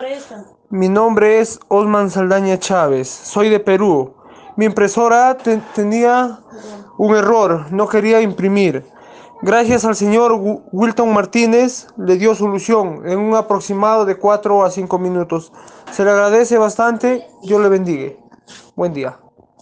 Mi nombre es Osman Saldaña Chávez, soy de Perú. Mi impresora tenía un error, no quería imprimir. Gracias al señor Wilton Martínez le dio solución en un aproximado de 4 a 5 minutos. Se le agradece bastante, Dios le bendiga. Buen día.